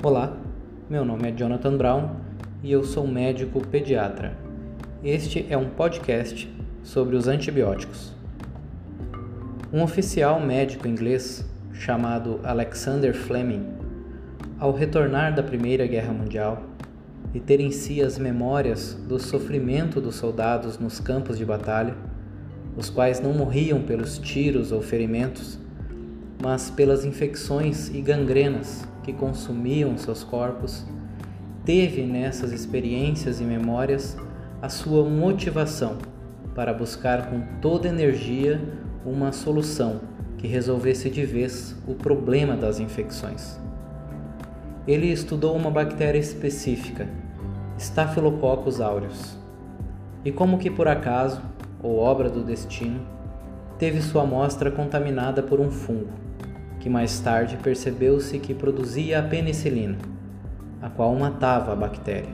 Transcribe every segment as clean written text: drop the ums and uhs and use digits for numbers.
Olá, meu nome é Jonathan Brown e eu sou médico pediatra. Este é um podcast sobre os antibióticos. Um oficial médico inglês chamado Alexander Fleming, ao retornar da Primeira Guerra Mundial e ter em si as memórias do sofrimento dos soldados nos campos de batalha, os quais não morriam pelos tiros ou ferimentos, mas pelas infecções e gangrenas que consumiam seus corpos, teve nessas experiências e memórias a sua motivação para buscar com toda energia uma solução que resolvesse de vez o problema das infecções. Ele estudou uma bactéria específica, Staphylococcus aureus, e como que por acaso, ou obra do destino, teve sua amostra contaminada por um fungo, que mais tarde percebeu-se que produzia a penicilina, a qual matava a bactéria.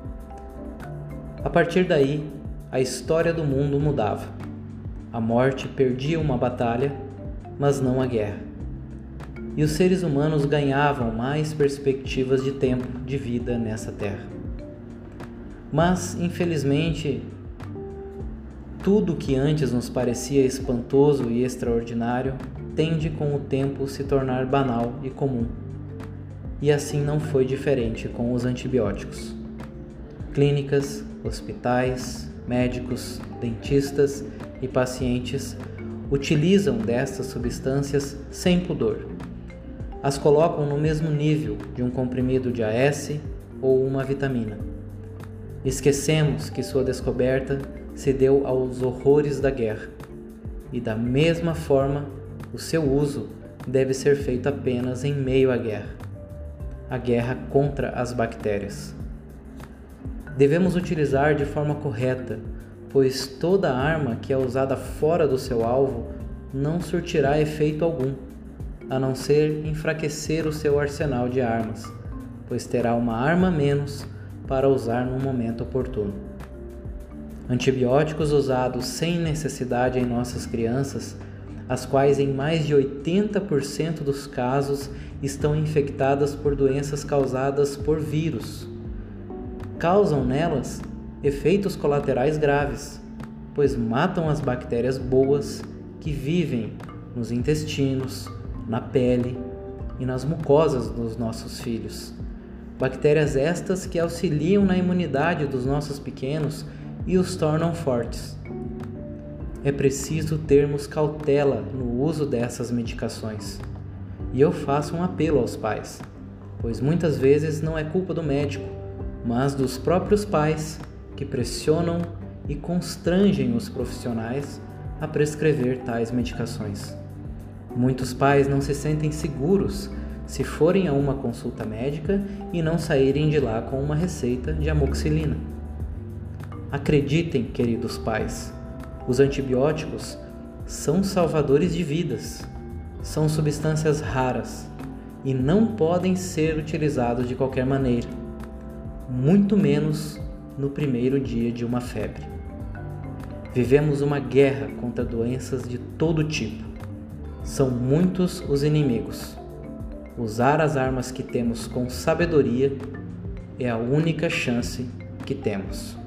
A partir daí, a história do mundo mudava. A morte perdia uma batalha, mas não a guerra. E os seres humanos ganhavam mais perspectivas de tempo de vida nessa terra. Mas, infelizmente, tudo que antes nos parecia espantoso e extraordinário tende com o tempo se tornar banal e comum. E assim não foi diferente com os antibióticos. Clínicas, hospitais, médicos, dentistas e pacientes utilizam destas substâncias sem pudor. As colocam no mesmo nível de um comprimido de AS ou uma vitamina. Esquecemos que sua descoberta se deu aos horrores da guerra, e da mesma forma o seu uso deve ser feito apenas em meio à guerra, a guerra contra as bactérias. Devemos utilizar de forma correta, pois toda arma que é usada fora do seu alvo não surtirá efeito algum, a não ser enfraquecer o seu arsenal de armas, pois terá uma arma a menos para usar no momento oportuno. Antibióticos usados sem necessidade em nossas crianças, as quais em mais de 80% dos casos estão infectadas por doenças causadas por vírus, causam nelas efeitos colaterais graves, pois matam as bactérias boas que vivem nos intestinos, na pele e nas mucosas dos nossos filhos. Bactérias estas que auxiliam na imunidade dos nossos pequenos e os tornam fortes. É preciso termos cautela no uso dessas medicações. E eu faço um apelo aos pais, pois muitas vezes não é culpa do médico, mas dos próprios pais que pressionam e constrangem os profissionais a prescrever tais medicações. Muitos pais não se sentem seguros se forem a uma consulta médica e não saírem de lá com uma receita de amoxicilina. Acreditem, queridos pais, os antibióticos são salvadores de vidas, são substâncias raras e não podem ser utilizados de qualquer maneira, muito menos no primeiro dia de uma febre. Vivemos uma guerra contra doenças de todo tipo. São muitos os inimigos. Usar as armas que temos com sabedoria é a única chance que temos.